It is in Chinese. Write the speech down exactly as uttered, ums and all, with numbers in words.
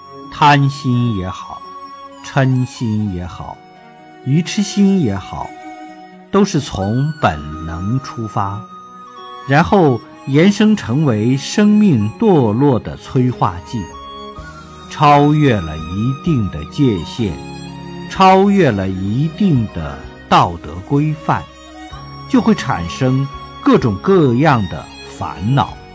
贪心也好，嗔心也好，愚痴心也好，都是从本能出发，然后延伸成为生命堕落的催化剂，超越了一定的界限，超越了一定的道德规范，就会产生各种各样的烦恼。